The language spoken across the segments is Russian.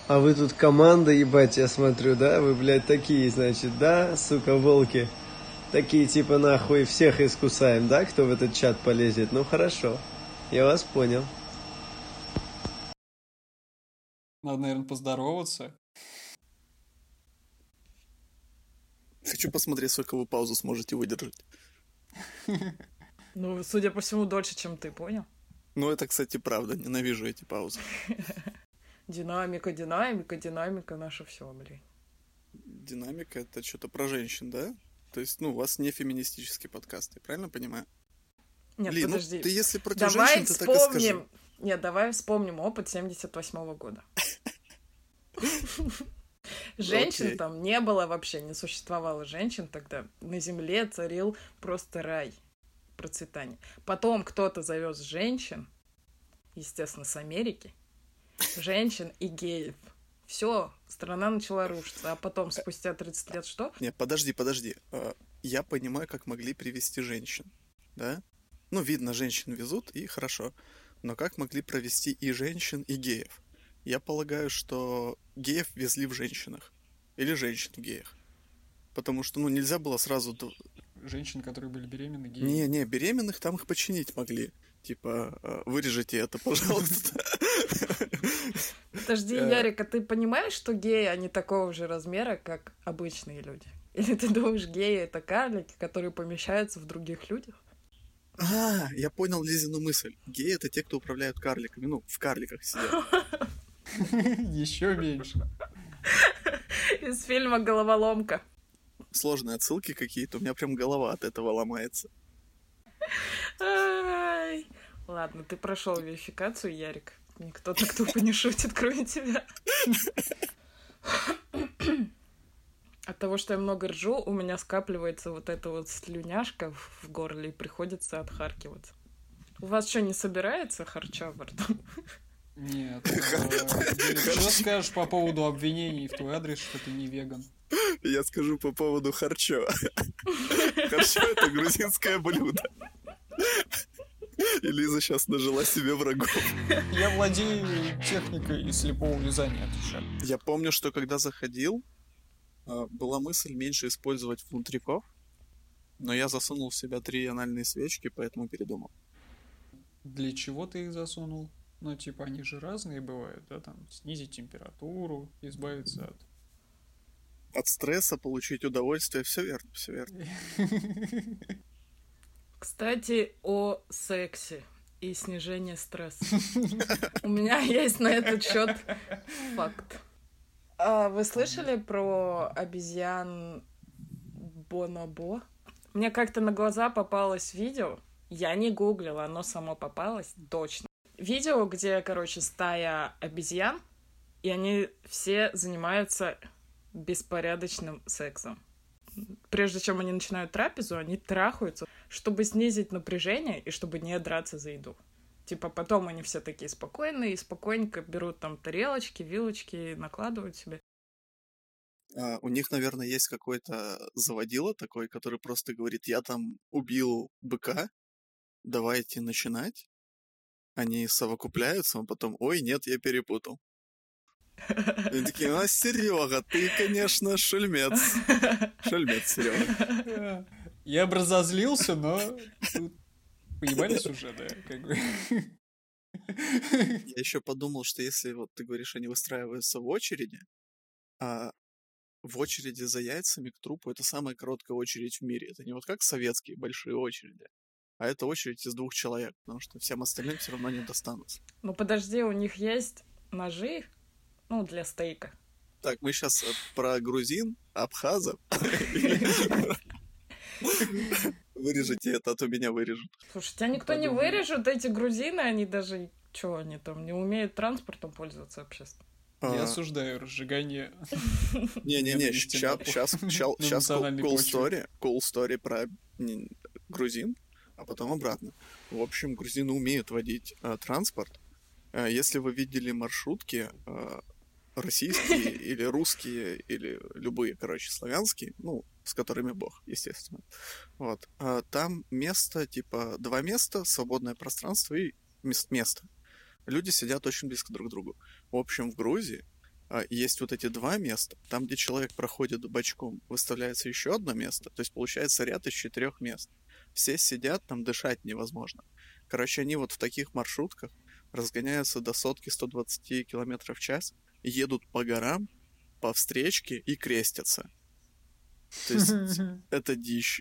А вы тут команда, ебать, я смотрю, да? Вы, блядь, такие, значит, да, сука, волки? Такие, типа, нахуй, всех искусаем, да, кто в этот чат полезет? Ну, хорошо, я вас понял. Надо, наверное, поздороваться. Хочу посмотреть, сколько вы паузу сможете выдержать. Ну, судя по всему, дольше, чем ты, понял? Ну, это, кстати, правда. Ненавижу эти паузы. Динамика наше все, блин. Динамика — это что-то про женщин, да? То есть, ну, у вас не феминистический подкаст, я правильно понимаю? Нет, Блин, подожди. Ну, ты если против Давай женщин, ты так и скажи. Нет, давай вспомним опыт 78-го года. Женщин Окей. там не было вообще, не существовало женщин тогда. На земле царил просто рай, процветание. Потом кто-то завез женщин, естественно, с Америки, женщин и геев. Все, страна начала рушиться. А потом, спустя 30 лет, что? Не, подожди. Я понимаю, как могли привести женщин, да? Ну, видно, женщин везут, и хорошо. Но как могли провести и женщин, и геев? Я полагаю, что геев везли в женщинах. Или женщин в геях. Потому что, ну, нельзя было сразу... Женщин, которые были беременны, геи. Не, беременных там их починить могли. Типа, вырежите это, пожалуйста. Подожди, Ярик, а ты понимаешь, что геи, они такого же размера, как обычные люди? Или ты думаешь, геи — это карлики, которые помещаются в других людях? Я понял Лизину мысль. Геи — это те, кто управляют карликами. Ну, в карликах сидят. Еще меньше. Из фильма «Головоломка». Сложные отсылки какие-то. У меня прям голова от этого ломается. Ай. Ладно, ты прошел верификацию, Ярик. Никто так тупо не шутит, кроме тебя. От того, что я много ржу, у меня скапливается вот эта вот слюняшка в горле, и приходится отхаркиваться. У вас что, не собирается харча во рту? Нет. Что скажешь по поводу обвинений в твой адрес, что ты не веган? Я скажу по поводу харчо. Харчо — это грузинское блюдо. И Лиза сейчас нажила себе врагов. Я владею техникой слепого вязания, отвечаю. Я помню, что когда заходил, была мысль меньше использовать внутриков, но я засунул в себя 3 анальные свечки, поэтому передумал. Для чего ты их засунул? Ну, типа, они же разные бывают, да, там, снизить температуру, избавиться От стресса получить удовольствие, все верно, все верно. Кстати, о сексе и снижении стресса. У меня есть на этот счет факт. Вы слышали про обезьян Бонобо? Мне как-то на глаза попалось видео. Я не гуглила, оно само попалось, точно. Видео, где, короче, стая обезьян, и они все занимаются беспорядочным сексом. Прежде чем они начинают трапезу, они трахаются, чтобы снизить напряжение и чтобы не драться за еду. Типа потом они все такие спокойные и спокойненько берут там тарелочки, вилочки, накладывают себе. У них, наверное, есть какой-то заводила такой, который просто говорит: я там убил быка, давайте начинать. Они совокупляются, а потом: ой, нет, я перепутал. И такие: Серега, ты, конечно, шельмец. Шельмец, Серега. Я бы разозлился, но поебались уже, да, как бы. Я еще подумал, что если вот ты говоришь, они выстраиваются в очереди, а в очереди за яйцами к трупу — это самая короткая очередь в мире. Это не вот как советские большие очереди, а это очередь из 2 человек, потому что всем остальным все равно не достанутся. Ну подожди, у них есть ножи, ну, для стейка. Так, мы сейчас про грузин, абхазов. Вырежете это, а то меня вырежут. Слушай, тебя никто не вырежет, эти грузины, они даже, что они там, не умеют транспортом пользоваться общественно. Я осуждаю разжигание. Не-не-не, сейчас cool story про грузин, а потом обратно. В общем, грузины умеют водить транспорт. Если вы видели маршрутки российские или русские, или любые, короче, славянские, ну, с которыми бог, естественно. Вот. Там место, типа, 2 места, свободное пространство и место. Люди сидят очень близко друг к другу. В общем, в Грузии Есть вот эти два места, там, где человек проходит бочком, выставляется еще одно место, то есть получается ряд из 4 мест. Все сидят, там дышать невозможно. Короче, они вот в таких маршрутках разгоняются до сотки 120 км в час, едут по горам, по встречке и крестятся. То есть это дичь.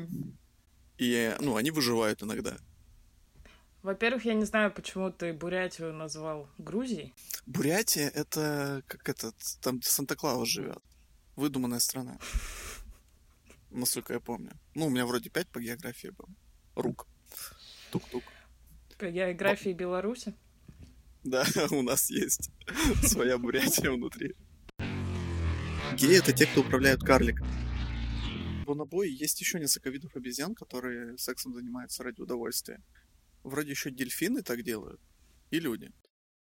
И, ну, они выживают иногда. Во-первых, я не знаю, почему ты Бурятию назвал Грузией. Бурятия — это как этот, там, где Санта-Клаус живет. Выдуманная страна. Насколько я помню. Ну, у меня вроде 5 по географии было. Рук. Тук-тук. По географии Беларуси. Да, у нас есть своя Бурятия внутри. Геи — это те, кто управляют карликом. В бонобое есть еще несколько видов обезьян, которые сексом занимаются ради удовольствия. Вроде еще дельфины так делают. И люди.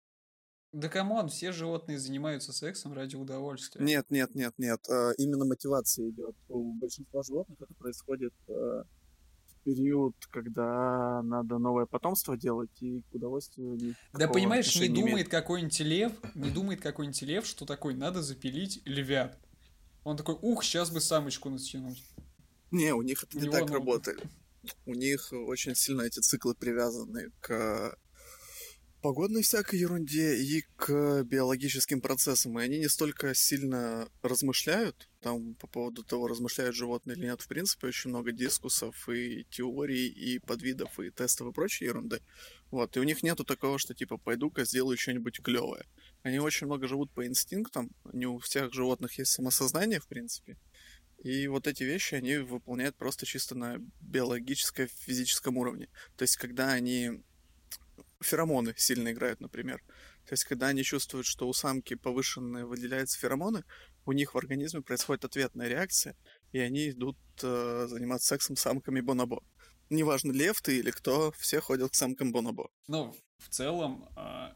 Да камон, все животные занимаются сексом ради удовольствия. Нет. Именно мотивация идет. У большинства животных это происходит в период, когда надо новое потомство делать, и к удовольствию никакого Да понимаешь, не отношения имеет. думает какой-нибудь лев, что такой, надо запилить львят. Он такой, сейчас бы самочку натянуть. Не, у них это У не него, так ну, работает. У них очень сильно эти циклы привязаны к погодной всякой ерунде и к биологическим процессам. И они не столько сильно размышляют, там по поводу того, размышляют животные или нет, в принципе, очень много дискуссов и теорий, и подвидов, и тестов и прочей ерунды. Вот, и у них нету такого, что типа пойду-ка сделаю что-нибудь клевое. Они очень много живут по инстинктам, не у всех животных есть самосознание, в принципе. И вот эти вещи они выполняют просто чисто на биологическо-физическом уровне. То есть, когда они феромоны сильно играют, например. То есть, когда они чувствуют, что у самки повышенные выделяются феромоны, у них в организме происходит ответная реакция, и они идут заниматься сексом с самками бонобо. Неважно, лев ты или кто, все ходят к самкам бонобо. Ну, в целом,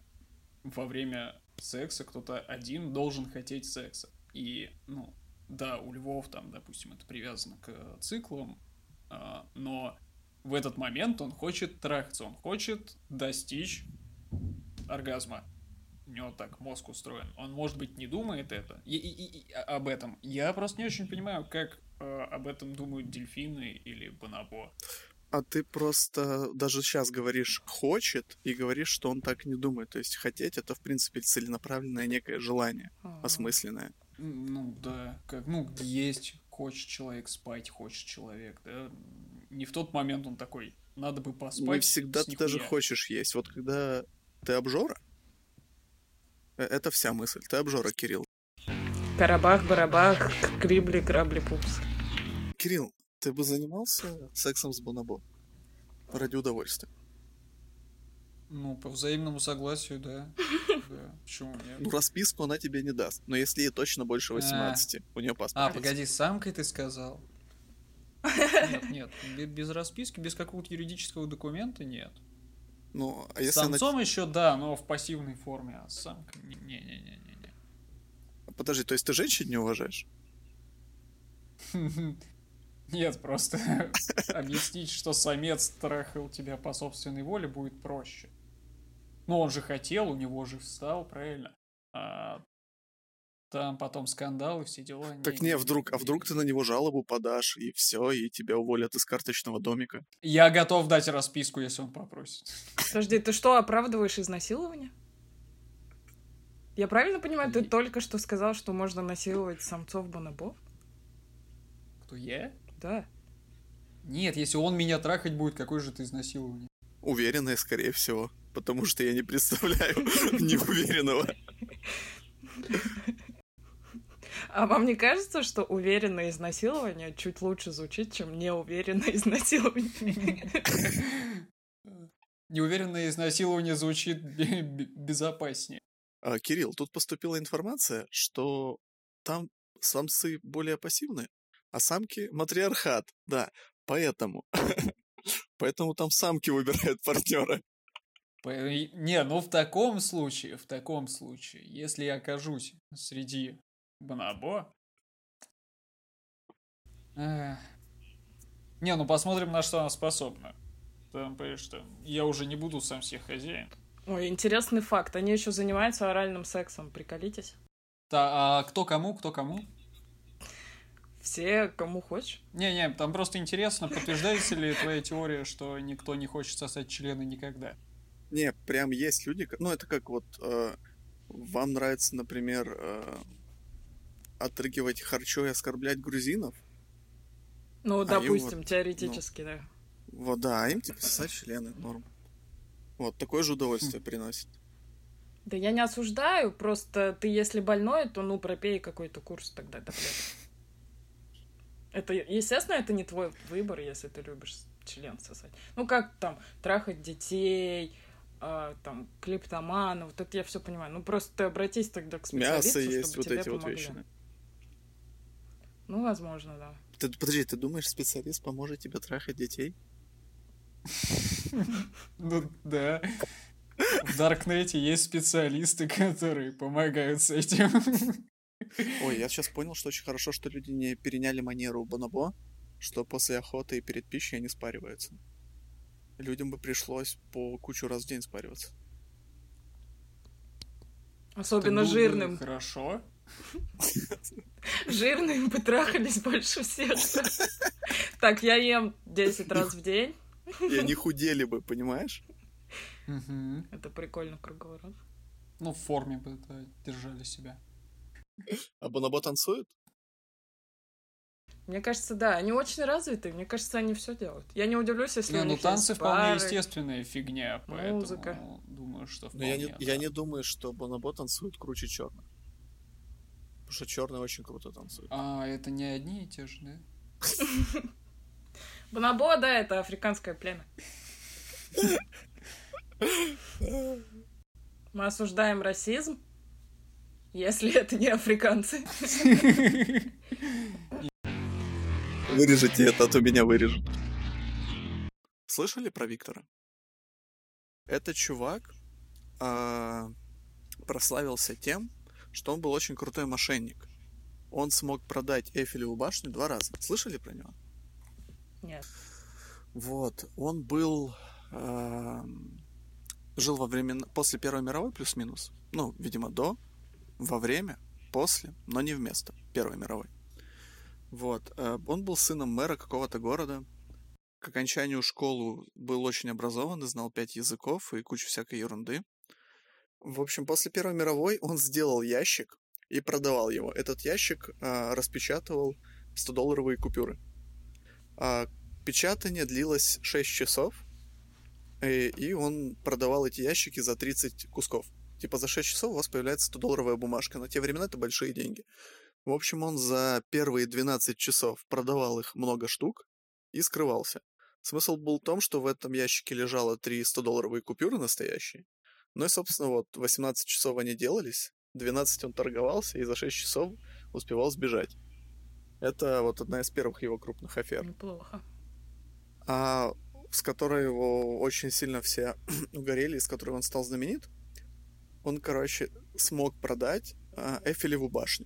во время секса кто-то один должен хотеть секса. И, ну, да, у львов там, допустим, это привязано к циклам, но в этот момент он хочет трахаться, он хочет достичь оргазма. У него так мозг устроен. Он, может быть, не думает об этом. Я просто не очень понимаю, как об этом думают дельфины или бонобо. А ты просто даже сейчас говоришь «хочет» и говоришь, что он так не думает. То есть хотеть — это, в принципе, целенаправленное некое желание, осмысленное. Ну, да. Как, ну, есть, хочет человек спать, хочет человек, да. Не в тот момент он такой, надо бы поспать. Не всегда ты даже хочешь есть. Вот когда ты обжора, это вся мысль. Ты обжора, Кирилл. Карабах-барабах, крибли-крабли-пупс. Кирилл, ты бы занимался сексом с бонобо ради удовольствия? Ну, по взаимному согласию, да. Да, почему нет? Ну, расписку она тебе не даст. Но если ей точно больше 18, у нее паспорт есть. Погоди, с самкой ты сказал? Нет, без расписки, без какого-то юридического документа нет. Ну, а с если самцом еще да, но в пассивной форме, а с самкой не. Подожди, то есть ты женщин не уважаешь? Нет, просто объяснить, что самец трахал тебя по собственной воле, будет проще. Ну, он же хотел, у него же встал, правильно? А там потом скандал и все дела. Так вдруг ты на него жалобу подашь, и все, и тебя уволят из карточного домика? Я готов дать расписку, если он попросит. Подожди, ты что, оправдываешь изнасилование? Я правильно понимаю, ты только что сказал, что можно насиловать самцов бонобо? Кто, я? Да. Нет, если он меня трахать будет, какое же это изнасилование? Уверенное, скорее всего. Потому что я не представляю неуверенного. А вам не кажется, что уверенное изнасилование чуть лучше звучит, чем неуверенное изнасилование? Неуверенное изнасилование звучит безопаснее. Кирилл, тут поступила информация, что там самцы более пассивны, а самки матриархат. Да, поэтому там самки выбирают партнера. Не, ну в таком случае, если я окажусь среди бонобо... Не, ну посмотрим, на что она способна. Там, понимаешь, я уже не буду сам себе хозяин. Ой, интересный факт. Они еще занимаются оральным сексом, приколитесь? А кто кому? Все, кому хочешь. Не, там просто интересно, подтверждается ли твоя теория, что никто не хочет сосать члены никогда? Не, прям есть люди, ну это как вот вам нравится, например, отрыгивать харчо и оскорблять грузинов? Ну, А им допустим, вот, теоретически, да. Вот да, а им типа сосать члены, норм. Вот, такое же удовольствие приносит. Да я не осуждаю, просто ты, если больной, то, ну, пропей какой-то курс тогда, да, блядь. Это, естественно, это не твой выбор, если ты любишь член сосать. Ну, как там, трахать детей, там, клептоманы, вот это я все понимаю. Ну, просто ты обратись тогда к специалисту, Мясо есть, чтобы вот тебе эти помогли. вот вещи. Ну, возможно, да. Подожди, ты думаешь, специалист поможет тебе трахать детей? Ну, да. В Даркнете есть специалисты, которые помогают с этим. Ой, я сейчас понял, что очень хорошо, что люди не переняли манеру бонобо, что после охоты и перед пищей они спариваются. Людям бы пришлось по кучу раз в день спариваться. Особенно жирным. Хорошо. Жирные бы трахались больше всех. Так, я ем 10 раз в день. И они худели бы, понимаешь? Это прикольно, круговорот. Ну, в форме бы держали себя. А бонобо танцуют? Мне кажется, да, они очень развиты. Мне кажется, они все делают. Я не удивлюсь, если у них танцы есть вполне пары, естественная фигня, поэтому музыка. думаю, что Но вполне. я не думаю, что бонобо танцуют круче черных. Потому что черные очень круто танцуют. А это не одни и те же, да? Бонобо, да, это африканское племя. Мы осуждаем расизм, если это не африканцы. Вырежите это, а то меня вырежут. Слышали про Виктора? Этот чувак прославился тем, что он был очень крутой мошенник. Он смог продать Эйфелеву башню 2 раза. Слышали про него? Нет. Вот. Он был... жил во время... после Первой мировой плюс-минус. Ну, видимо, до, во время, после, но не вместо Первой мировой. Вот. Он был сыном мэра какого-то города. К окончанию школы был очень образованный, знал 5 языков и кучу всякой ерунды. В общем, после Первой мировой он сделал ящик и продавал его. Этот ящик распечатывал 100-долларовые купюры. Печатание длилось 6 часов, и он продавал эти ящики за 30 кусков. Типа за 6 часов у вас появляется 100-долларовая бумажка. На те времена это большие деньги. В общем, он за первые 12 часов продавал их много штук и скрывался. Смысл был в том, что в этом ящике лежало 3 100-долларовые купюры настоящие. Ну и, собственно, вот 18 часов они делались, 12 он торговался и за 6 часов успевал сбежать. Это вот одна из первых его крупных афер. Неплохо. С которой его очень сильно все угорели, с которой он стал знаменит, он, короче, смог продать Эйфелеву башню.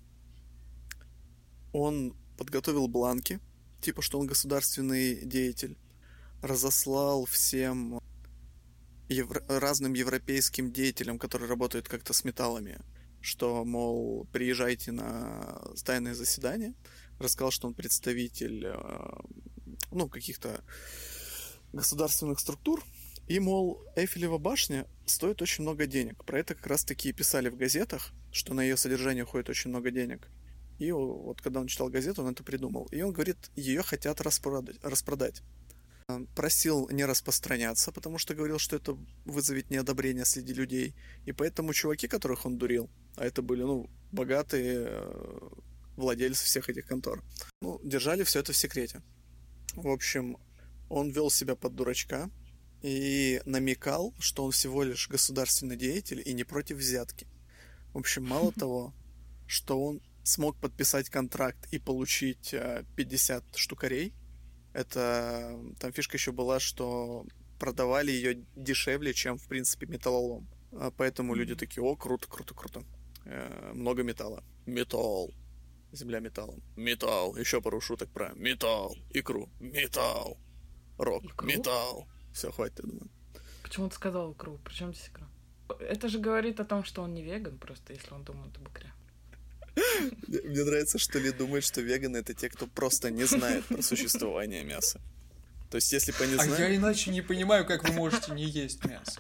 Он подготовил бланки, типа, что он государственный деятель, разослал всем разным европейским деятелям, которые работают как-то с металлами, что, мол, приезжайте на тайное заседание, рассказал, что он представитель, каких-то государственных структур, и, мол, Эйфелева башня стоит очень много денег. Про это как раз-таки писали в газетах, что на ее содержание уходит очень много денег. И вот когда он читал газету, он это придумал. И он говорит, ее хотят распродать. Просил не распространяться, потому что говорил, что это вызовет неодобрение среди людей. И поэтому чуваки, которых он дурил, а это были, богатые владельцы всех этих контор, держали все это в секрете. В общем, он вел себя под дурачка и намекал, что он всего лишь государственный деятель и не против взятки. В общем, мало того, что он смог подписать контракт и получить 50 штукарей, это там фишка еще была, что продавали ее дешевле, чем, в принципе, металлолом. Поэтому люди такие, о, круто, круто, круто. Много металла. Металл. Земля металлом. Металл. Еще пару шуток про металл. Икру. Металл. Рок. Икру? Металл. Все, хватит, я думаю. Почему ты сказал икру? Причем здесь икра? Это же говорит о том, что он не веган, просто если он думает об икре. Мне нравится, что Ли думает, что веганы — это те, кто просто не знает про существование мяса. То есть, если бы они знали... А я иначе не понимаю, как вы можете не есть мясо.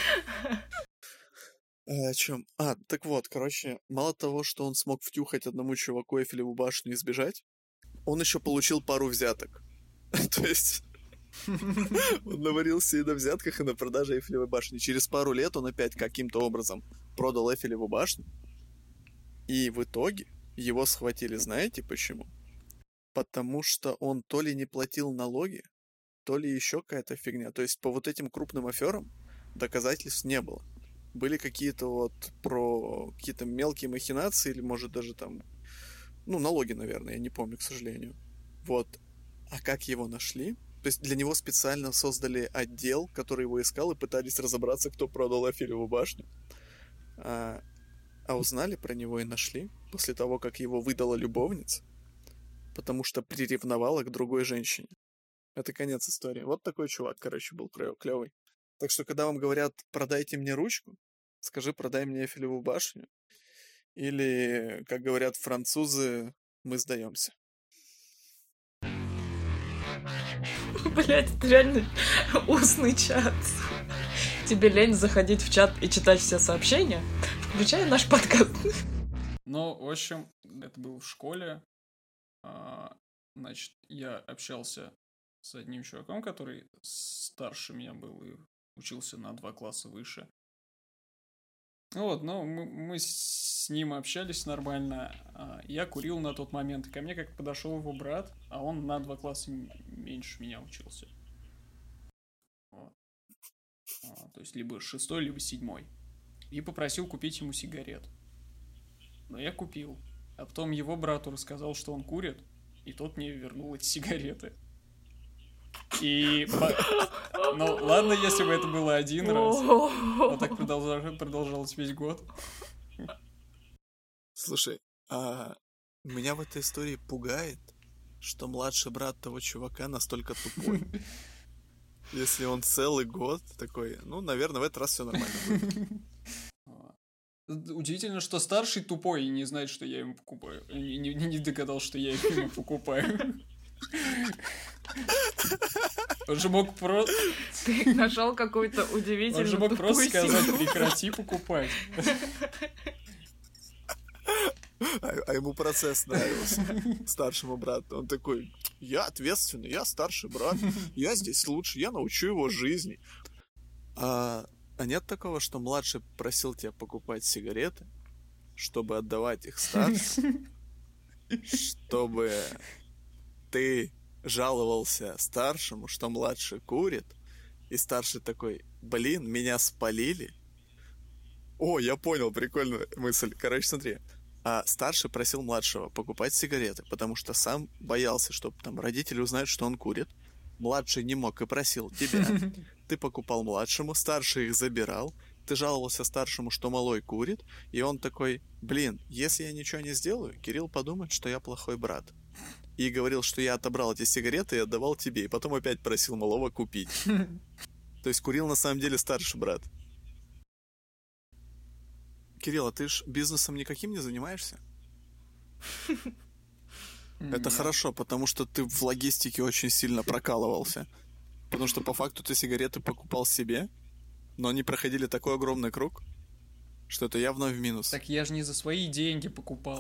О чем? Так вот, короче, мало того, что он смог втюхать одному чуваку Эйфелеву башню и сбежать, он еще получил пару взяток. То есть... Он наварился и на взятках, и на продаже Эйфелевой башни. Через пару лет он опять каким-то образом продал Эйфелеву башню. И в итоге его схватили, знаете почему? Потому что он то ли не платил налоги, то ли еще какая-то фигня. То есть по вот этим крупным аферам доказательств не было. Были какие-то вот про какие-то мелкие махинации, или может даже там... Ну, налоги, наверное, я не помню, к сожалению. Вот. А как его нашли? То есть для него специально создали отдел, который его искал, и пытались разобраться, кто продал Эйфелеву башню. А узнали про него и нашли после того, как его выдала любовница, потому что приревновала к другой женщине. Это конец истории. Вот такой чувак, короче, был клевый. Так что, когда вам говорят «продайте мне ручку», скажи «продай мне Эйфелеву башню». Или, как говорят французы, «мы сдаемся». Блять, это реально устный чат. Тебе лень заходить в чат и читать все сообщения? Включай наш подкаст. Ну, в общем, это было в школе. Значит, я общался с одним чуваком, который старше меня был и учился на 2 класса выше. Вот, ну, мы с ним общались нормально. Я курил на тот момент, и ко мне как подошел его брат, а он на 2 класса меньше меня учился. Вот. То есть, либо 6-й, либо 7-й. И попросил купить ему сигарет. Но я купил. А потом его брату рассказал, что он курит, и тот мне вернул эти сигареты. И... Ну, ладно, если бы это было один раз. Но так продолжалось весь год. Слушай, меня в этой истории пугает, что младший брат того чувака настолько тупой. Если он целый год такой, ну, наверное, в этот раз все нормально будет. Удивительно, что старший тупой и не знает, что я ему покупаю. Не догадался, что я ему покупаю. Он же мог просто... Ты нашел какой-то удивительный Он же мог просто сказать, символ. прекрати покупать. А ему процесс нравился, старшему брату. Он такой, я ответственный, я старший брат, я здесь лучше, я научу его жизни. А нет такого, что младший просил тебя покупать сигареты, чтобы отдавать их старшему, чтобы ты жаловался старшему, что младший курит, и старший такой, блин, меня спалили. О, я понял, прикольная мысль. Короче, смотри. Старший просил младшего покупать сигареты, потому что сам боялся, что там родители узнают, что он курит. Младший не мог и просил тебя. Ты покупал младшему, старший их забирал. Ты жаловался старшему, что малой курит. И он такой, блин, если я ничего не сделаю, Кирилл подумает, что я плохой брат. И говорил, что я отобрал эти сигареты и отдавал тебе. И потом опять просил малого купить. То есть курил на самом деле старший брат. Кирилл, а ты ж бизнесом никаким не занимаешься? Это хорошо, потому что ты в логистике очень сильно прокалывался. Потому что по факту ты сигареты покупал себе, но они проходили такой огромный круг, что это явно в минус. Так я же не за свои деньги покупал.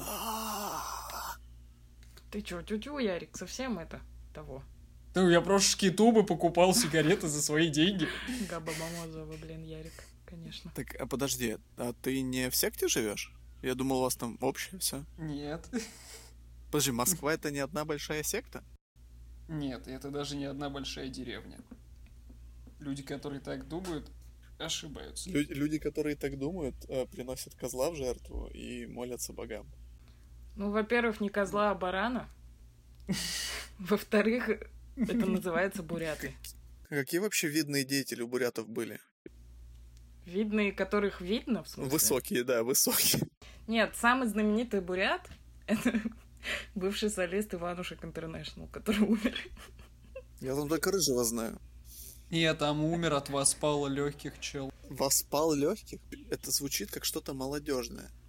Ты чё, тю-тю, Ярик, совсем это того? Ну, я просто шкитубы покупал сигареты за свои деньги. Габа Мамозова, блин, Ярик, конечно. Так, подожди, а ты не в секте живешь? Я думал, у вас там общее все. Нет. Подожди, Москва это не одна большая секта? Нет, это даже не одна большая деревня. Люди, которые так думают, ошибаются. Люди, которые так думают, приносят козла в жертву и молятся богам. Ну, во-первых, не козла, а барана. Во-вторых, это называется буряты. Какие вообще видные деятели у бурятов были? Видные, которых видно, в смысле? Высокие, да, высокие. Нет, самый знаменитый бурят — это бывший солист Иванушек Интернешнл, который умер. Я там только рыжего знаю. Я там умер от воспала легких, чел. Воспал легких? Это звучит как что-то молодежное.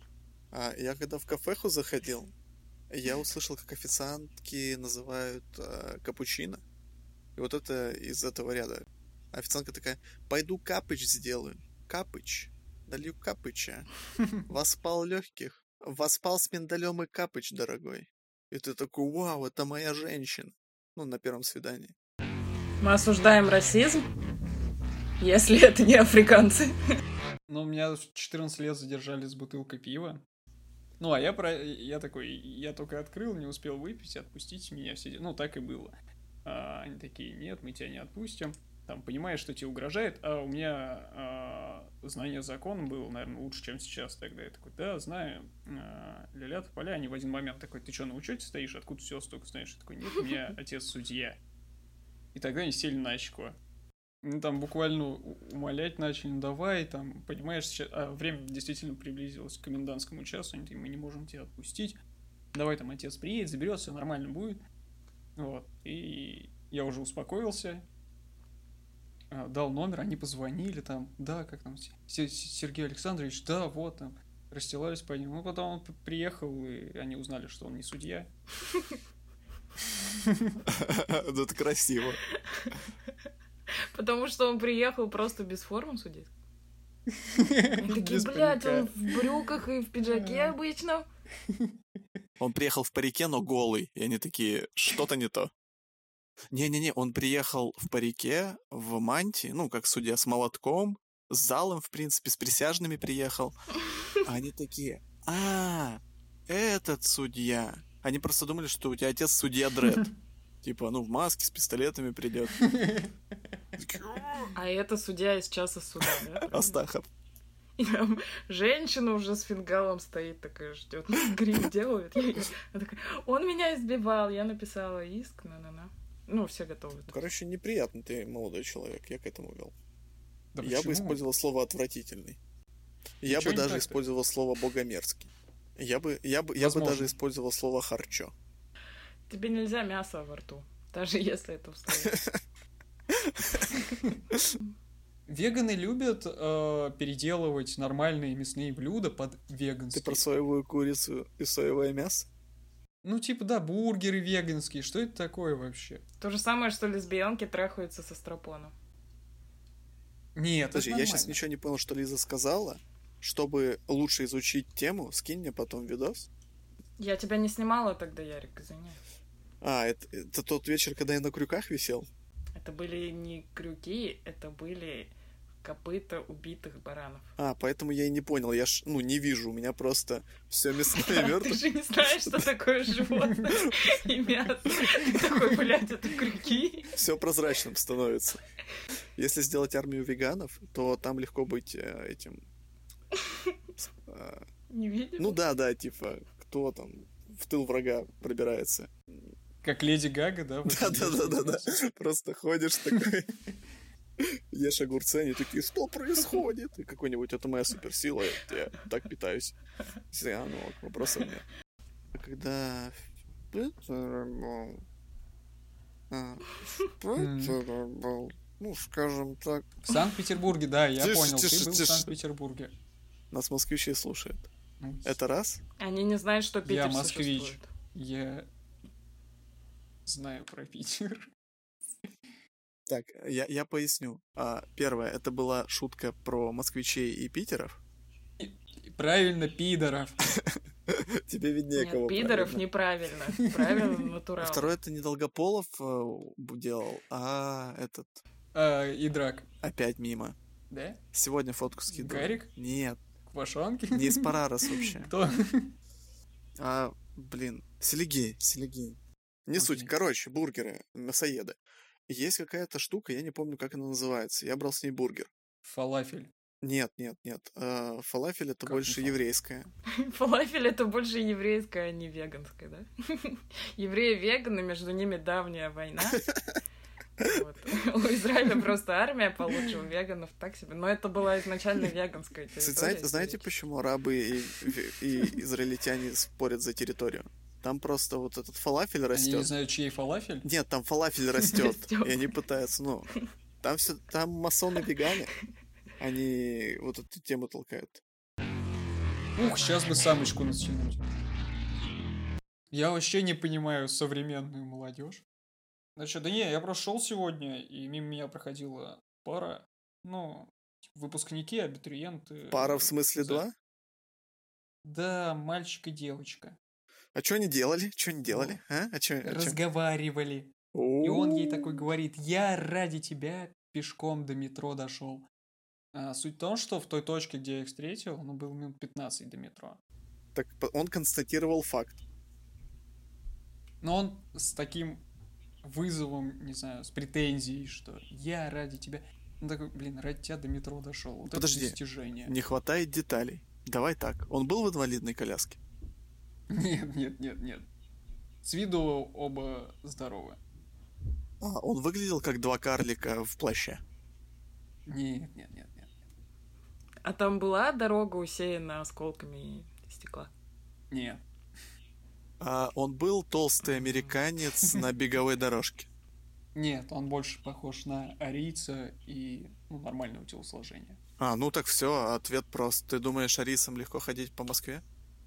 А я когда в кафеху заходил, я услышал, как официантки называют капучино. И вот это из этого ряда. Официантка такая: пойду капыч сделаю. Капыч. Налью капыча. Воспал легких. Воспал с миндалем и капыч, дорогой. И ты такой: вау, это моя женщина. Ну, на первом свидании. Мы осуждаем расизм, если это не африканцы. Ну, меня в 14 лет задержали с бутылкой пива. Ну, а я такой, я только открыл, не успел выпить, отпустите меня все. Ну, так и было. Они такие: нет, мы тебя не отпустим. Там, понимаешь, что тебе угрожает, а у меня знание закона было, наверное, лучше, чем сейчас тогда. Я такой: да, знаю, ля-ля поля. Они в один момент такой: ты что, на учете стоишь? Откуда все столько знаешь? Я такой: нет, у меня отец судья. И тогда они сели на щеку. Ну, там буквально умолять начали: ну, давай, там, понимаешь, сейчас... время действительно приблизилось к комендантскому часу, они такие: мы не можем тебя отпустить, давай, там, отец приедет, заберет, все нормально будет. Вот, и я уже успокоился, дал номер, они позвонили, там, да, как там, Сергей Александрович, да, вот, там, расстилались по ним. Ну, потом он приехал, и они узнали, что он не судья. Это красиво. Потому что он приехал просто без формы судить. Они такие: блядь, он в брюках и в пиджаке обычно. Он приехал в парике, но голый. И они такие: что-то не то. Не-не-не, он приехал в парике, в мантии, ну, как судья, с молотком, с залом, в принципе, с присяжными приехал. А они такие: этот судья. Они просто думали, что у тебя отец судья Дред. Типа, ну, в маске, с пистолетами придет. А это судья из часа суда, да? Астахов. И там женщина уже с фингалом стоит, такая ждет. Грим делает. Она такая: он меня избивал, я написала иск, на-на-на. Ну, все готовы. Короче, неприятно ты, молодой человек, я к этому вел. Да я бы почему? использовал слово «отвратительный». Я Ничего бы не даже так-то. использовал слово «богомерзкий». Я бы Возможно. даже использовал слово «харчо». Тебе нельзя мясо во рту, даже если это встает. Веганы любят переделывать нормальные мясные блюда под Ты веганские. про соевую курицу и соевое мясо? Ну, типа, да, бургеры веганские. Что это такое вообще? То же самое, что лесбиянки трахаются со стропоном. Нет, Подожди, это я сейчас нормально. ничего не понял, что Лиза сказала. Чтобы лучше изучить тему, скинь мне потом видос. Я тебя не снимала тогда, Ярик, извини. Это тот вечер, когда я на крюках висел? Это были не крюки, это были копыта убитых баранов. Поэтому я и не понял. Я не вижу, у меня просто все мясное Ты мертвое. же не знаешь, что такое животное и мясо. Ты такой: блядь, это крюки. Все прозрачным становится. Если сделать армию веганов, то там легко быть этим... Не видишь? Ну да, типа, кто там в тыл врага пробирается. Как Леди Гага, да? в этом Да. видео. Просто ходишь такой, ешь огурцы, они такие: что происходит? И какой-нибудь: это моя суперсила, я так питаюсь. Ну, вопросов нет. А когда в Питере был, ну, скажем так... В Санкт-Петербурге, да, я Тише, понял. тише, Ты был в тише. Санкт-Петербурге. Нас москвичи слушают. Ну, Это раз. Они не знают, что Питер Я москвич. существует. Я знаю про Питер. Так, я поясню. Первое, это была шутка про москвичей и питеров. Правильно, пидоров. Тебе виднее, Нет, кого пидоров правильно. неправильно. Правильно, натурал. Второе, это не Долгополов делал, а этот И драк. опять мимо. Да? Сегодня фотку скидывал. Гарик? Нет, Квашонки? не из Парарас вообще. Кто? Селигей. Не суть. Окей. Короче, бургеры, мясоеды. Есть какая-то штука, я не помню, как она называется. Я брал с ней бургер. Фалафель. Нет. Фалафель это Как больше не еврейское. Фалафель — это больше еврейское, а не веганское, да? Евреи и веганы, между ними давняя война. Вот. У Израиля просто армия получше, у веганов так себе. Но это была изначально веганская территория. Знаете, почему арабы и израильтяне спорят за территорию? Там просто вот этот фалафель Они не растет. знают, чей фалафель? Нет, там фалафель растет. Растёт. И они пытаются, там масоны-веганы. Они вот эту тему толкают. Ух, сейчас бы самочку натянуть. Я вообще не понимаю современную молодежь. Значит, да не, я просто шел сегодня, и мимо меня проходила пара, ну, выпускники, абитуриенты. Пара в смысле два? Да, мальчик и девочка. А что они делали? Что они делали? А? Разговаривали. И он ей такой говорит: я ради тебя пешком до метро дошел. Суть в том, что в той точке, где я их встретил, было минут 15 до метро. Так он констатировал факт. Но он с таким вызовом, не знаю, с претензией, что я ради тебя... Он такой, блин, ради тебя до метро дошел. Вот Подожди, это достижение. Не хватает деталей. Давай так. Он был в инвалидной коляске? Нет. С виду оба здоровы. Он выглядел как два карлика в плаще? Нет. А там была дорога усеяна осколками стекла? Нет. Он был толстый американец на беговой дорожке? Нет, он больше похож на арийца и нормального телосложения. Ну так все, ответ прост. Ты думаешь, арийцам легко ходить по Москве?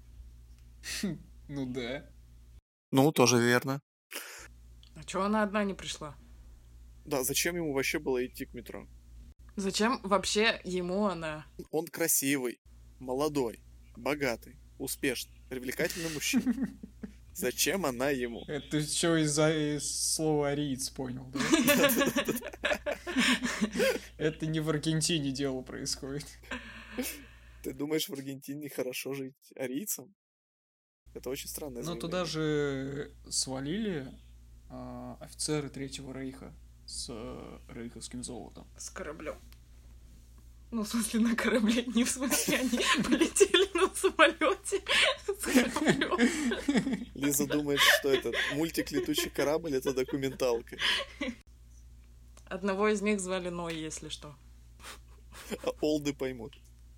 Ну да. Ну, тоже верно. А чего она одна не пришла? Да, зачем ему вообще было идти к метро? Зачем вообще ему она? Он красивый, молодой, богатый, успешный, привлекательный мужчина. Зачем она ему? Это что из слова ариец понял, да? Это не в Аргентине дело происходит. Ты думаешь, в Аргентине хорошо жить арийцам? Это очень странное заявление. Туда же свалили офицеры Третьего Рейха с рейховским золотом. С кораблем. В смысле, на корабле, не в смысле, они полетели на самолете с кораблем. Лиза думает, что этот мультик «Летучий корабль» — это документалка. Одного из них звали Ной, если что. Олды поймут.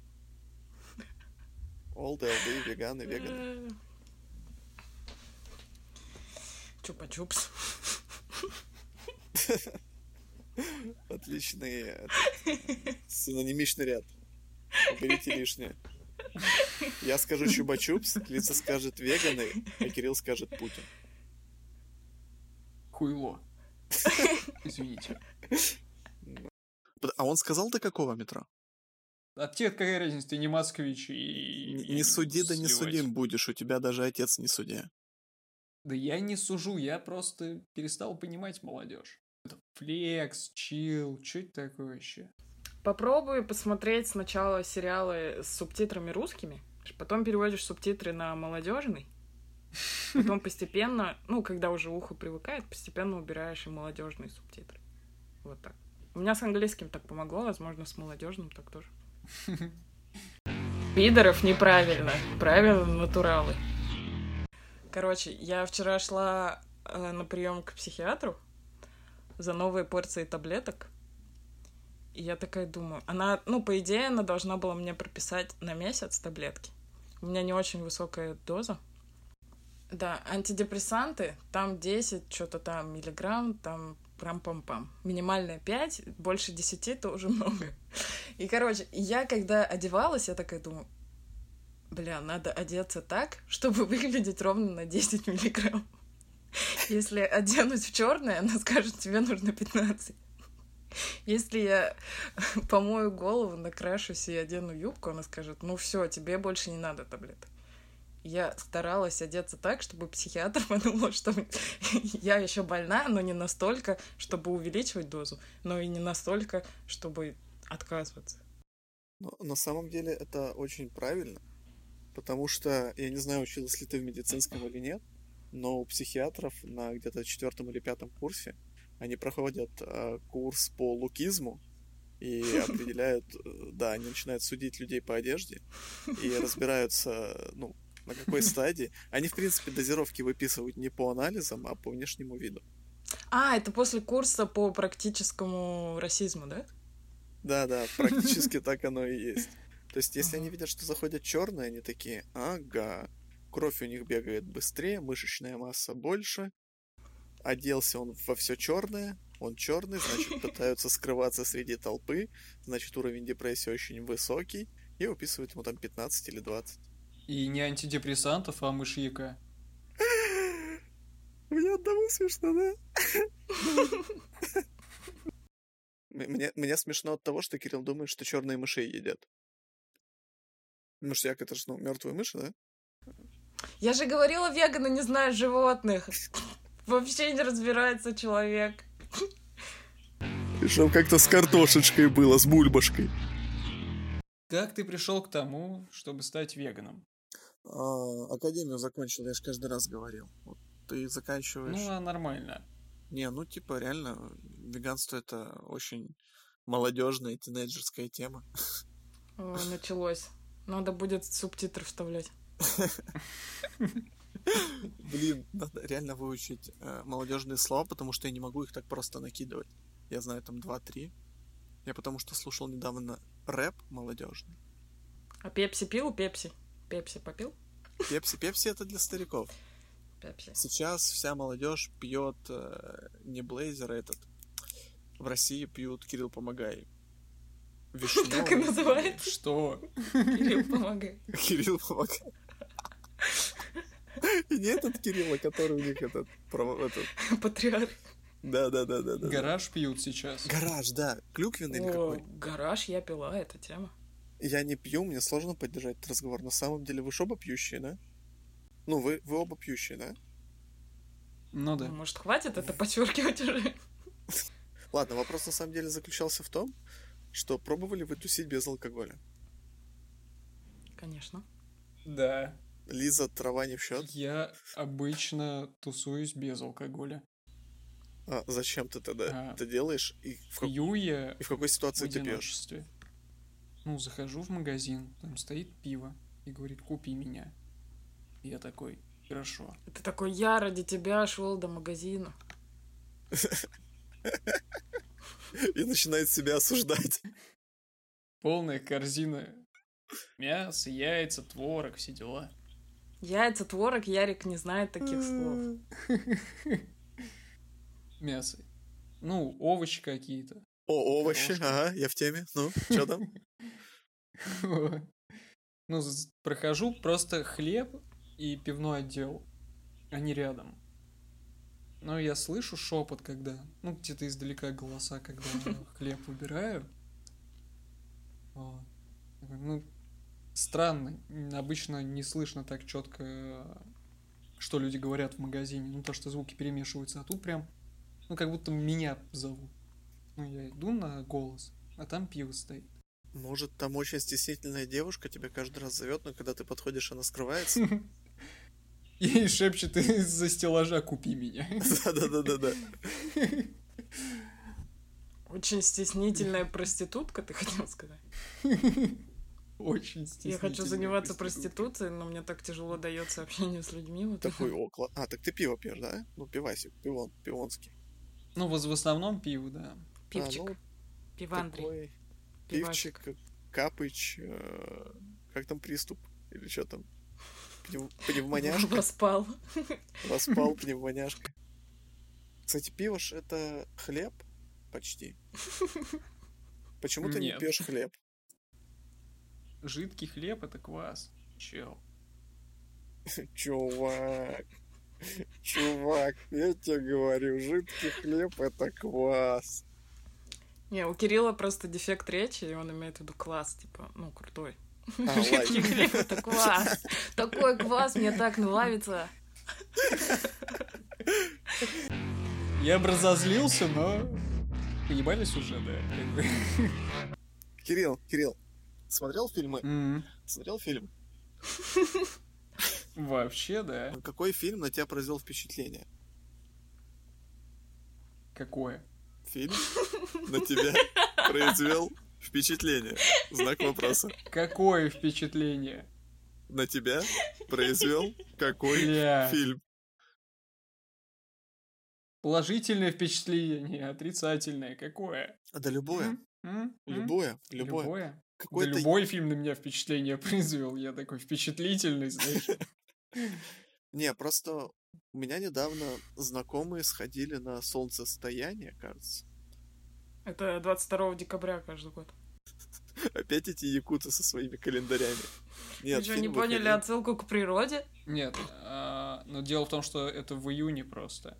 Олды, веганы. Чупа-чупс. Отличный синонимичный ряд. Уберите лишнее. Я скажу чупа-чупс, Лиза скажет веганы, а Кирилл скажет Путин. Хуйло. Извините. А он сказал, до какого метро? А тебе какая разница, ты не москвич и... Не суди, да не судим будешь, у тебя даже отец не судья. Да я не сужу, я просто перестал понимать молодежь. Это флекс, чил, что это такое вообще? Попробуй посмотреть сначала сериалы с субтитрами русскими, потом переводишь субтитры на молодежный, потом постепенно, когда уже ухо привыкает, постепенно убираешь и молодежные субтитры. Вот так. У меня с английским так помогло, возможно, с молодежным так тоже. Пидоров неправильно, правильно натуралы. Короче, я вчера шла на прием к психиатру за новые порции таблеток. И я такая думаю, она, по идее, она должна была мне прописать на месяц таблетки. У меня не очень высокая доза. Да, антидепрессанты, там 10, что-то там миллиграмм, там прам-пам-пам. Минимальная 5, больше 10 это уже много. И, короче, я когда одевалась, я такая думаю, надо одеться так, чтобы выглядеть ровно на 10 миллиграмм. Если оденусь в черное, она скажет, тебе нужно 15. Если я помою голову, накрашусь и одену юбку, она скажет, все, тебе больше не надо таблеток. Я старалась одеться так, чтобы психиатр подумал, что я еще больна, но не настолько, чтобы увеличивать дозу, но и не настолько, чтобы отказываться. Но на самом деле это очень правильно, потому что, я не знаю, училась ли ты в медицинском или нет, но у психиатров на где-то 4-м или 5-м курсе они проходят курс по лукизму и определяют, они начинают судить людей по одежде и разбираются, на какой стадии. Они, в принципе, дозировки выписывают не по анализам, а по внешнему виду. Это после курса по практическому расизму, да? Да, практически так оно и есть. То есть, если они видят, что заходят черные, они такие, ага, кровь у них бегает быстрее, мышечная масса больше, оделся он во все черное, он черный, значит, пытаются скрываться среди толпы, значит, уровень депрессии очень высокий, и выписывают ему там 15 или 20. И не антидепрессантов, а мышьяка. Мне одному смешно, да? Мне смешно от того, что Кирилл думает, что черные мышей едят. Мышьяк — это же, мертвые мыши, да? Я же говорила, веганы не знают животных. Вообще не разбирается человек. И чтоб как-то с картошечкой было, с бульбашкой. Как ты пришел к тому, чтобы стать веганом? Академию закончил, я же каждый раз говорил. Вот ты заканчиваешь... Ну, а нормально. Не, типа, реально, веганство — это очень молодежная, тинейджерская тема. Ой, началось. Надо будет субтитры вставлять. Блин, надо реально выучить молодежные слова, потому что я не могу их так просто накидывать. Я знаю там 2-3. Я потому что слушал недавно рэп молодежный. А пепси пил? Пепси? Пепси попил? Пепси это для стариков. Пепси. Сейчас вся молодежь пьет не Блейзер, а этот. В России пьют «Кирилл, помогай». Вишневый. Так и называется? Что? Кирилл, помогай. Кирилл, помогай. И не этот Кирилл, а который у них этот... Патриарх. Да. Гараж пьют сейчас. Гараж, да. Клюквенный или какой? Гараж я пила, это тема. Я не пью, мне сложно поддержать этот разговор. На самом деле, вы же оба пьющие, да? Ну, вы оба пьющие, да? Ну да. Может, хватит это подчеркивать уже? Ладно, вопрос на самом деле заключался в том, что пробовали вы тусить без алкоголя? Конечно. Да. Лиза, трава не в счет. Я обычно тусуюсь без алкоголя. А зачем ты тогда это делаешь? И пью я и в какой ситуации в ты пьешь? одиночестве. Ну, захожу в магазин, там стоит пиво и говорит: купи меня. И я такой: хорошо. Ты такой: я ради тебя шел до магазина. И начинает себя осуждать. Полная корзина. Мясо, яйца, творог, все дела. Яйца, творог, Ярик не знает таких слов. Мясо. Ну, овощи какие-то. Овощи, ага, я в теме. Ну, что там? Ну, прохожу просто хлеб и пивной отдел. Они рядом. Но я слышу шепот, когда... Ну, где-то издалека голоса, когда хлеб выбираю. Ну, странно. Обычно не слышно так четко, что люди говорят в магазине. Ну, то, что звуки перемешиваются. А тут прям, ну, как будто меня зовут. Ну, я иду на голос, а там пиво стоит. Может, там очень стеснительная девушка тебя каждый раз зовет, но когда ты подходишь, она скрывается? И шепчет из-за стеллажа: купи меня. Да. Очень стеснительная проститутка, ты хотел сказать? Очень стеснительная. Я хочу заниматься проституцией, но мне так тяжело дается общение с людьми. Вот такой около. А, так ты пиво пьешь, да? Ну, пивасик, пивонский. Ну, в основном пиво, да. Пивчик. Пивандрий. Пивчик, Капыч, как там приступ? Или что там? Пневмоняшка? Воспал, пневмоняшка. Кстати, пиво ж это хлеб почти. Почему ты не пьешь хлеб? Жидкий хлеб — это квас. Чел. Чувак, я тебе говорю, жидкий хлеб — это квас. Не, у Кирилла просто дефект речи, и он имеет в виду класс, типа, ну, крутой. Жидкий хлеб — это класс. Такой квас мне так нравится. Я бы разозлился, но поебались уже, да. Кирилл, смотрел фильмы? Смотрел фильм? Вообще, да. Какой фильм на тебя произвел впечатление? Какое? Фильм на тебя произвел впечатление? Знак вопроса. Какое впечатление? На тебя произвел какой фильм? Положительное впечатление, отрицательное. Какое? Да любое. Любое. Да любой фильм на меня впечатление произвел. Я такой впечатлительный, знаешь. Не, просто у меня недавно знакомые сходили на солнцестояние, кажется. Это 22 декабря каждый год. Опять эти якуты со своими календарями. Нет, Вы что, фильм не поняли выходил. отсылку к природе? Нет, но дело в том, что это в июне просто.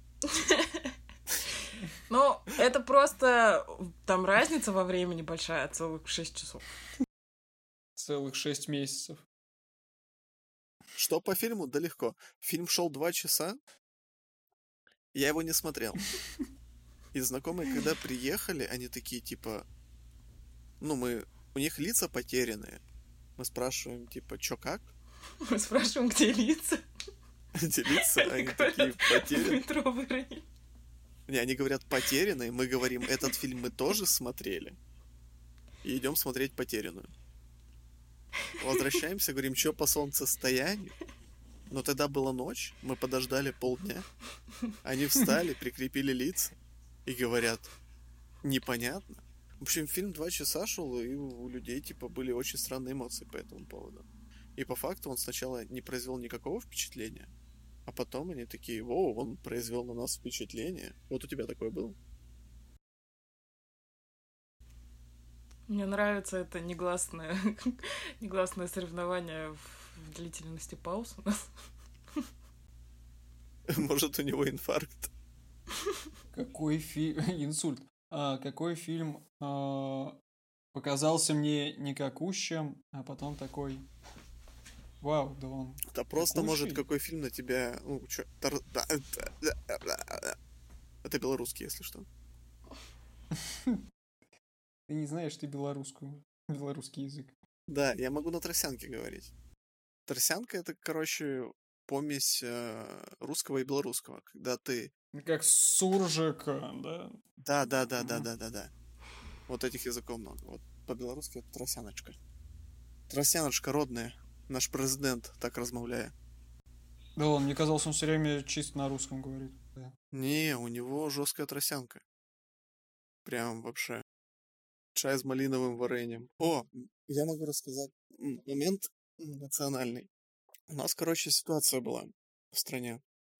Ну, это просто там разница во времени большая, целых 6 часов. Целых 6 месяцев. Что по фильму? Да легко. Фильм шел 2 часа. Я его не смотрел. И знакомые, когда приехали, они такие, типа... Ну, у них лица потерянные. Мы спрашиваем, типа, чё, как? Мы спрашиваем, где лица. Эти лица, они такие говорят, в потерянные. метро выронили. Не, они говорят потерянные, мы говорим, этот фильм мы тоже смотрели. И идем смотреть потерянную. Возвращаемся, говорим, что по солнцестоянию. Но тогда была ночь, мы подождали полдня. Они встали, прикрепили лица и говорят, непонятно. В общем, фильм 2 часа шел, и у людей, типа, были очень странные эмоции по этому поводу. И по факту он сначала не произвел никакого впечатления, а потом они такие, воу, он произвел на нас впечатление. Вот у тебя такое было? Мне нравится это негласное соревнование в длительности пауз у нас. Может, у него инфаркт? Какой фильм... Инсульт. Какой фильм показался мне никакущим, а потом такой... Вау, да он... Да просто, какущий. может, какой фильм на тебя... Ну, чё... Это белорусский, если что. Ты не знаешь, ты белорусский язык. Да, я могу на тросянке говорить. Тросянка — это, короче, помесь русского и белорусского. Когда ты... Как суржик, да? Да. Вот этих языков много. Вот по-белорусски это тросяночка. Тросяночка родная. Наш президент так размовляет. Да ладно, мне казалось, он все время чисто на русском говорит. Да. Не, у него жесткая тросянка. Прям вообще. Чай с малиновым вареньем. О, я могу рассказать момент национальный. У нас, короче, ситуация была в стране.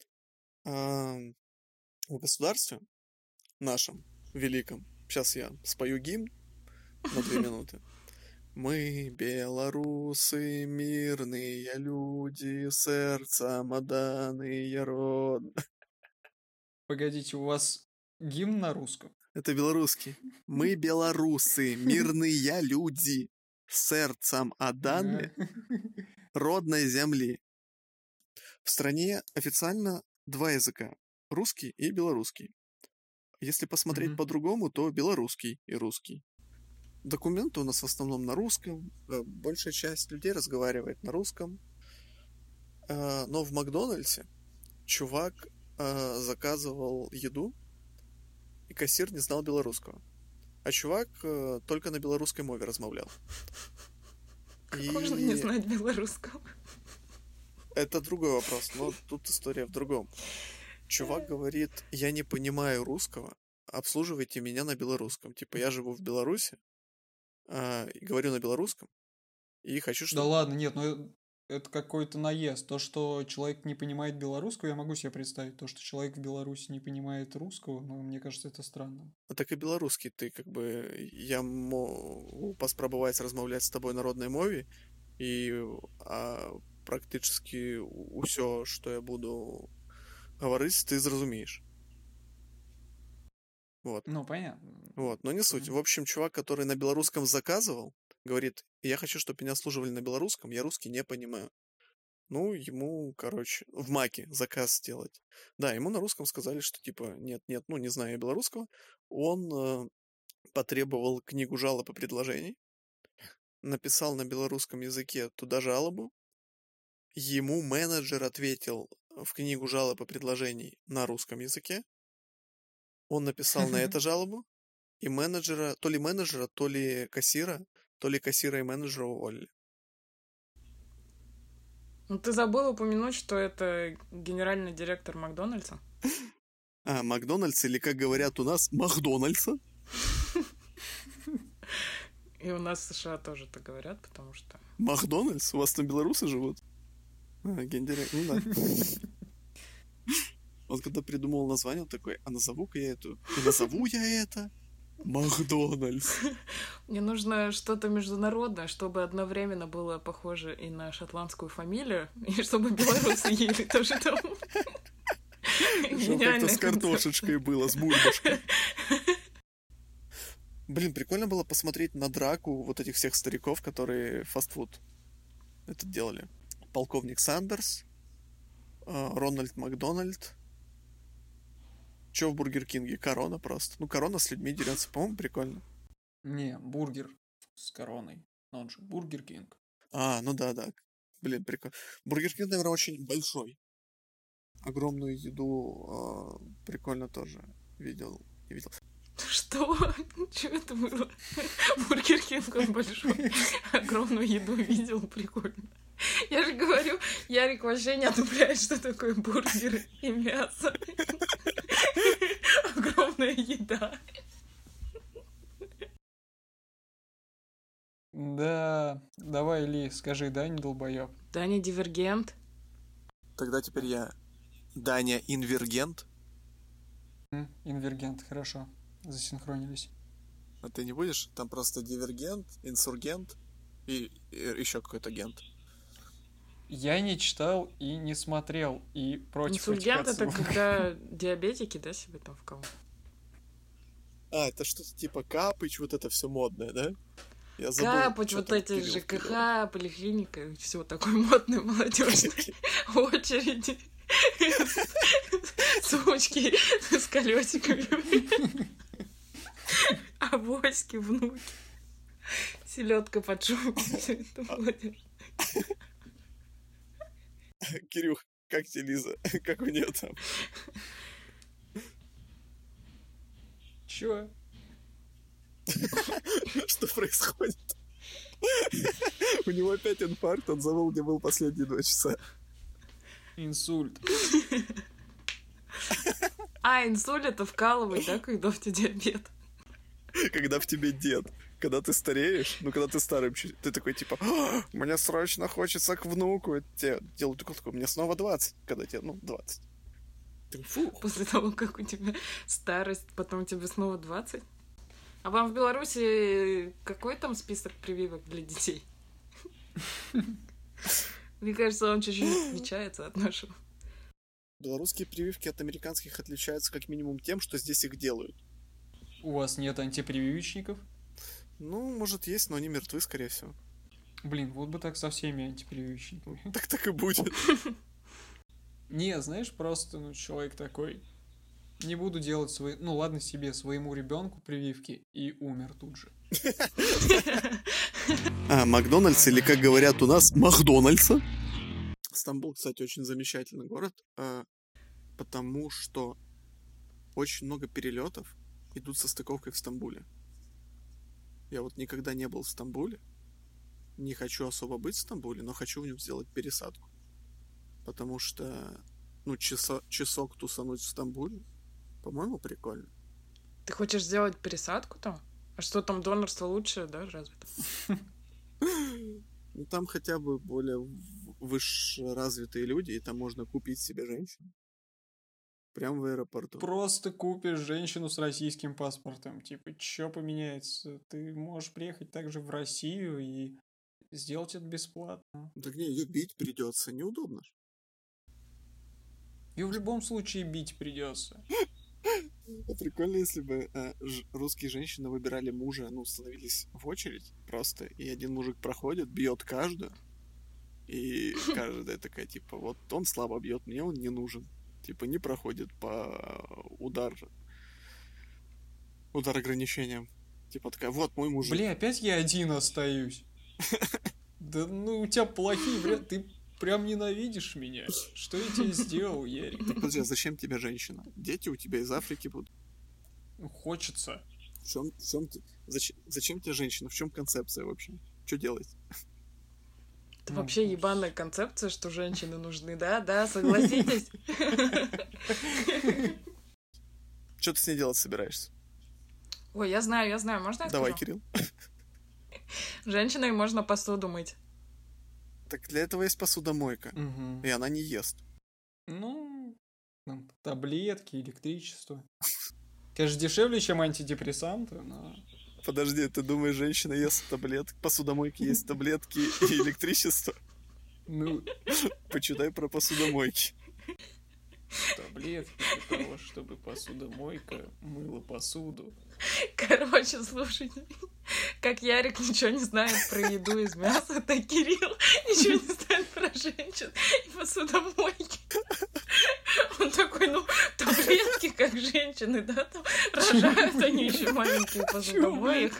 В государстве нашем великом. Сейчас я спою гимн на 2 минуты. Мы, белорусы, мирные люди, сердцем отданные род. Погодите, у вас гимн на русском? Это белорусский. Мы, белорусы, мирные люди, сердцем отданные родной земли. В стране официально 2 языка. Русский и белорусский. Если посмотреть по-другому, то белорусский и русский. Документы у нас в основном на русском. Большая часть людей разговаривает на русском. Но в Макдональдсе чувак заказывал еду, и кассир не знал белорусского. А чувак только на белорусской мове размовлял. Как можно не знать белорусского? Это другой вопрос, но тут история в другом. Чувак говорит, я не понимаю русского, обслуживайте меня на белорусском. Типа, я живу в Беларуси, говорю на белорусском, и хочу, чтобы... Да ладно, нет, ну это какой-то наезд. То, что человек не понимает белорусского, я могу себе представить. То, что человек в Беларуси не понимает русского, ну, мне кажется, это странно. Так и белорусский ты, как бы, я могу паспрабаваць размаўляць з табой на роднай мове, і практически ўсё, што я буду гаварыць, ты зразумееш. Вот. Ну, понятно. Вот, но не суть. В общем, чувак, который на белорусском заказывал, говорит, я хочу, чтобы меня обслуживали на белорусском, я русский не понимаю. Ну, ему, короче, в Маке заказ сделать. Да, ему на русском сказали, что типа, нет, ну, не знаю я белорусского. Он потребовал книгу жалоб и предложений, написал на белорусском языке туда жалобу. Ему менеджер ответил в книгу жалоб и предложений на русском языке. Он написал на это жалобу, и менеджера, то ли кассира и менеджера уволили. Ну, ты забыл упомянуть, что это генеральный директор Макдональдса? Макдональдс, или, как говорят у нас, Махдональдса. И у нас в США тоже так говорят, потому что... Махдональдс? У вас там белорусы живут? Гендиректор, ну да. Он когда придумал название, он такой, а назову-ка я эту? И назову я это Макдональдс. Мне нужно что-то международное, чтобы одновременно было похоже и на шотландскую фамилию, и чтобы белорусы ели тоже там. Чтобы как-то с картошечкой было, с бульбашкой. Блин, прикольно было посмотреть на драку вот этих всех стариков, которые фастфуд это делали. Полковник Сандерс, Рональд Макдональд. Чё в Бургер Кинге? Корона просто. Ну, Корона с людьми дерется, по-моему, прикольно. Не, бургер с короной. Но он же Бургер Кинг. Ну да. Блин, прикольно. Бургер Кинг, наверное, очень большой. Огромную еду прикольно тоже видел. Что? Что это было? Бургер Кинг он большой. Огромную еду видел, прикольно. Я же говорю, Ярик вообще не отдупляет, что такое бургер и мясо. Огромная еда. Да, давай, Ли, скажи, да, не долбоёб? Даня Дивергент. Тогда теперь я. Даня Инвергент. Инвергент, хорошо. Засинхронились. А ты не будешь? Там просто Дивергент, Инсургент и еще какой-то гент. Я не читал и не смотрел, и против Инсульгент этих это отзывов. когда диабетики, да, себе там вколоть? Это что-то типа Капыч, вот это все модное, да? Я забыл, Капать, что вот там эти Кирилл ЖКХ, вкидывал. поликлиника, все такое модное, молодежное. Очереди. Сумочки с колесиками. Авоськи, внуки. Селедка под шубой. Все это молодежь. Кирюх, как тебе Лиза? Как у нее там? Чё? Что происходит? У него опять инфаркт, он забыл, где был последние 2 часа. Инсульт. Инсуль это вкалывать, да, когда у тебя диабет? Когда в тебе дед. Когда ты стареешь, когда ты старым, ты такой типа, мне срочно хочется к внуку. Тебе делают такой, мне снова 20. Когда тебе, 20. Ты, фух. После того, как у тебя старость, потом тебе снова 20? А вам в Беларуси какой там список прививок для детей? Мне кажется, он чуть-чуть отличается от нашего. Белорусские прививки от американских отличаются как минимум тем, что здесь их делают. У вас нет антипрививочников? Может есть, но они мертвы, скорее всего. Блин, вот бы так со всеми антипрививочниками. Так и будет. Не, знаешь, просто, человек такой, не буду делать своему ребенку прививки, и умер тут же. Макдональдс, или, как говорят у нас, Махдональдса. Стамбул, кстати, очень замечательный город, потому что очень много перелетов идут со стыковкой в Стамбуле. Я вот никогда не был в Стамбуле, не хочу особо быть в Стамбуле, но хочу в нем сделать пересадку. Потому что, часок тусануть в Стамбуле, по-моему, прикольно. Ты хочешь сделать пересадку там? А что там, донорство лучше, да, разве? Там хотя бы более выше развитые люди, и там можно купить себе женщину. Прямо в аэропорту. Просто купишь женщину с российским паспортом. Типа, чё поменяется? Ты можешь приехать также в Россию и сделать это бесплатно. Так не, ее бить придется, неудобно. И в любом случае бить придется. Прикольно, если бы русские женщины выбирали мужа, становились в очередь просто, и один мужик проходит, бьет каждую, и каждая такая, типа, вот он слабо бьет, мне он не нужен. Типа, не проходит по удар ограничениям. Типа, такая, вот мой мужик. Бля, опять я один остаюсь. Да у тебя плохие, бля, ты прям ненавидишь меня. Что я тебе сделал, Ярик? Так, подожди, а зачем тебе женщина? Дети у тебя из Африки будут. Хочется. Зачем тебе женщина? В чем концепция вообще? Что делать? Это вообще ебаная концепция, что женщины нужны, да? Да, согласитесь? Что ты с ней делать собираешься? Ой, я знаю, можно я Давай, скажу? Кирилл. Женщиной можно посуду мыть. Так для этого есть посудомойка. Угу. И она не ест. Таблетки, электричество. Конечно, дешевле, чем антидепрессанты, но... Подожди, ты думаешь, женщина ест таблетки, посудомойки есть таблетки и электричество? Ну, Почитай про посудомойки. таблетки для того, чтобы посудомойка мыла посуду. Короче, слушайте, как Ярик ничего не знает про еду из мяса, так Кирилл ничего не знает про женщин и посудомойки. Он такой, ну, таблетки, как женщины, да, там рожают они еще маленькие посудомоек,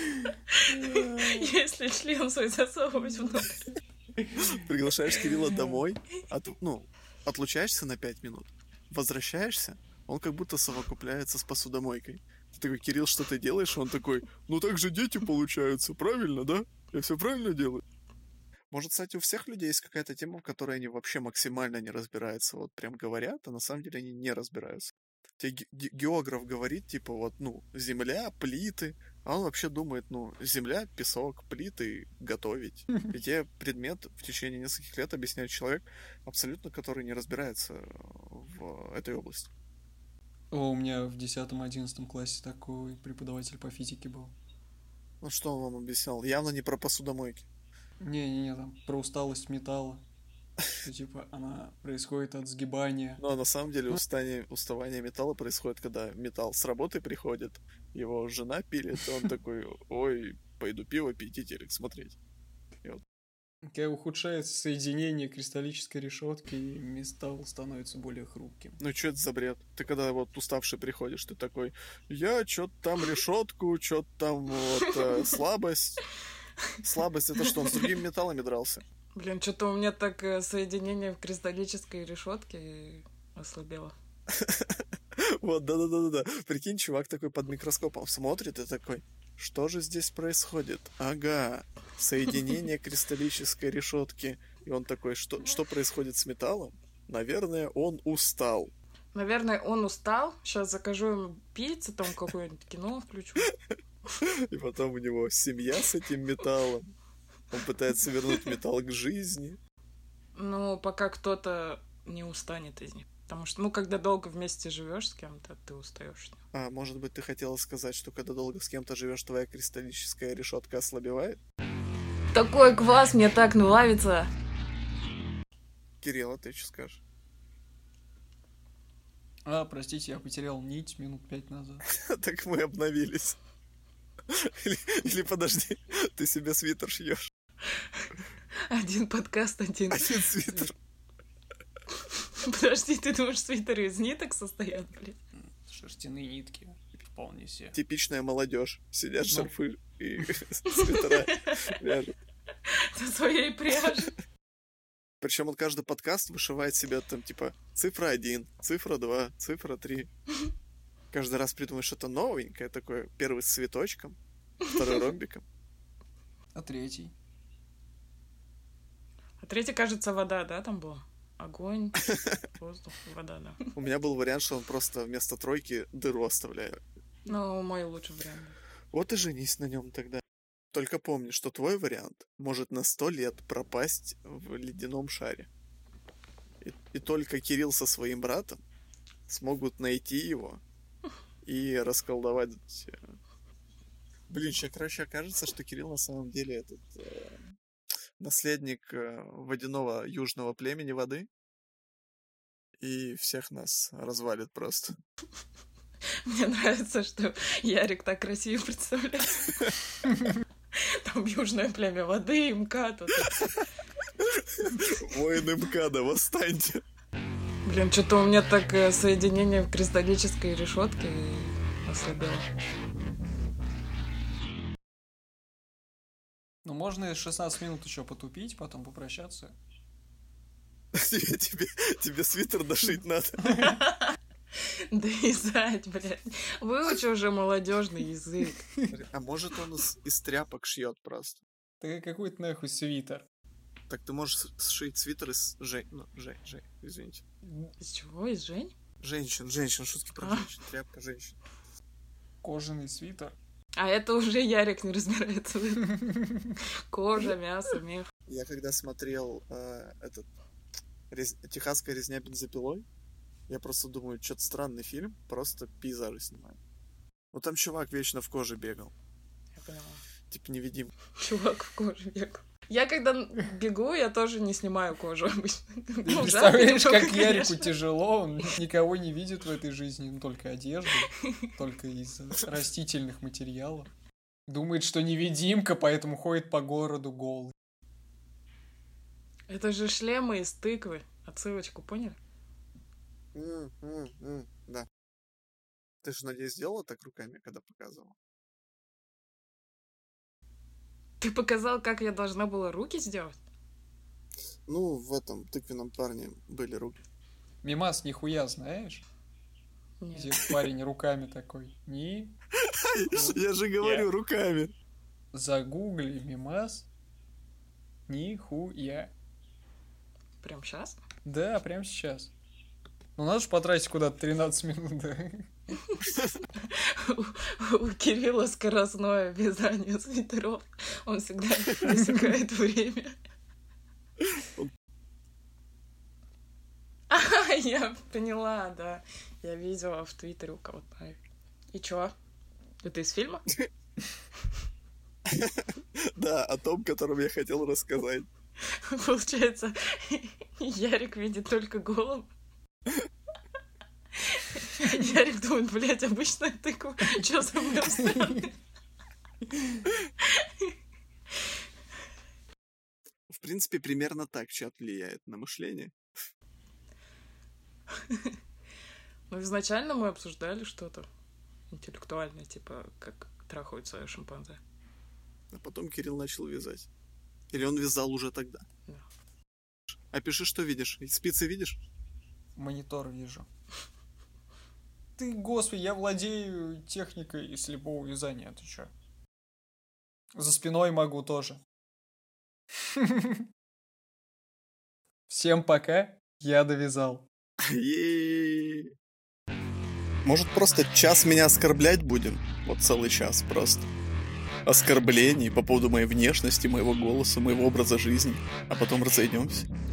если член свой засовывать внутрь. Приглашаешь Кирилла домой, отлучаешься на 5 минут, возвращаешься, он как будто совокупляется с посудомойкой. Ты такой: Кирилл, что ты делаешь? Он такой: ну так же дети получаются, правильно, да? Я все правильно делаю. Может, кстати, у всех людей есть какая-то тема, в которой они вообще максимально не разбираются. Вот прям говорят, а на самом деле они не разбираются. Тебе географ говорит, типа, вот, земля, плиты, а он вообще думает, земля, песок, плиты, готовить. И тебе предмет в течение нескольких лет объясняет человек, абсолютно который не разбирается в этой области. У меня в 10-11 классе такой преподаватель по физике был. Ну что он вам объяснял? Явно не про посудомойки. Не-не-не, там про усталость металла. Что, типа, она происходит от сгибания. Но на самом деле уставание металла происходит, когда металл с работы приходит, его жена пилит, и он такой: ой, пойду пиво пить и телек смотреть. Когда ухудшается соединение кристаллической решетки, и металл становится более хрупким. Ну что это за бред? Ты когда вот уставший приходишь, ты такой: я что-то там решетку, что-то там вот слабость. Слабость — это что, он с другими металлами дрался? Блин, что-то у меня так соединение в кристаллической решетке ослабело. Вот, да-да-да-да. Прикинь, чувак такой под микроскопом смотрит и такой: что же здесь происходит? Ага, соединение кристаллической решетки. И он такой: что происходит с металлом? Наверное, он устал. Наверное, он устал. Сейчас закажу ему пиццу, там какое-нибудь кино включу. И потом у него семья с этим металлом. Он пытается вернуть металл к жизни. Ну, пока кто-то не устанет из них. Потому что, когда долго вместе живешь с кем-то, ты устаешь. А, может быть, ты хотела сказать, что когда долго с кем-то живешь, твоя кристаллическая решетка ослабевает? Такой квас мне так нравится. Кирилл, а ты что скажешь? Простите, я потерял нить минут 5 назад. Так мы обновились. Или подожди, ты себе свитер шьешь? Один подкаст, один свитер. Подожди, ты думаешь, свитеры из ниток состоят, блин? Шерстяные нитки, вполне себе. Типичная молодежь. Сидят шарфы и свитера вяжут. Со своей пряжи. Причем он каждый подкаст вышивает себе там типа цифра 1, цифра 2, цифра 3. Каждый раз придумаешь что-то новенькое, такое: первый с цветочком, второй ромбиком. А третий? А третий, кажется, вода, да, там была? Огонь, воздух, вода, да. У меня был вариант, что он просто вместо тройки дыру оставляет. Ну, мой лучший вариант. Вот и женись на нем тогда. Только помни, что твой вариант может на 100 лет пропасть в ледяном шаре. И только Кирилл со своим братом смогут найти его и расколдовать. Блин, короче, окажется, что Кирилл на самом деле этот наследник водяного южного племени воды. И всех нас развалит просто. Мне нравится, что Ярик так красиво представляет. Там южное племя воды, МК тут. Воины МКАДа, восстаньте. Блин, что-то у меня так соединение в кристаллической решетке ослабело. Ну, можно 16 минут еще потупить, потом попрощаться. Тебе свитер дошить надо. Доезжать, блядь. Выучи уже молодежный язык. А может он из тряпок шьет просто? Так какой-то нахуй свитер. Так ты можешь сшить свитер из Жень, извините. Из чего? Из Жень? Женщин, шутки про женщин, тряпка женщин. Кожаный свитер. А это уже Ярик не разбирается. Кожа, мясо, мех. Я когда смотрел Техасская резня бензопилой, Я просто думаю, что-то странный фильм, просто пейзажи снимают. Ну там чувак вечно в коже бегал. Я поняла. Типа невидим. Чувак в коже бегал. Я когда бегу, я тоже не снимаю кожу обычно. Ты Ну, представляешь, жарко, как конечно. Ярику тяжело, он никого не видит в этой жизни, ну, только одежду, только из растительных материалов. Думает, что невидимка, поэтому ходит по городу голый. Это же шлемы из тыквы. Отсылочку, поняли? Да. Ты же, надеюсь, сделала так руками, когда показывала? Ты показал, как я должна была руки сделать? Ну, в этом тыквенном парне были руки. Мимас нихуя знаешь? Нет. Где парень руками такой. Не Я же говорю, руками. загугли мимас. Нихуя. Прям сейчас? Да, прямо сейчас. Ну надо же потратить куда-то 13 минут, да? У Кирилла скоростное вязание свитеров. Он всегда засекает время. Я поняла, да. Я видела в Твиттере у кого-то. И чё? Это из фильма? Да, о том, котором я хотел рассказать. Получается, Ярик видит только голову. Ярик думает, блядь, обычная тыква. Чё за мной встал? В принципе, примерно так чат влияет на мышление. Ну, изначально мы обсуждали что-то интеллектуальное, типа, как трахаются шимпанзе. А потом Кирилл начал вязать. Или он вязал уже тогда? Да. Опиши, что видишь. Спицы видишь? Монитор вижу. Ты, господи, я владею техникой слепого вязания, ты чё? За спиной могу тоже. Всем пока, я довязал. Е-е-е. Может, просто час меня оскорблять будем? Вот целый час просто. Оскорблений по поводу моей внешности, моего голоса, моего образа жизни. А потом разойдемся.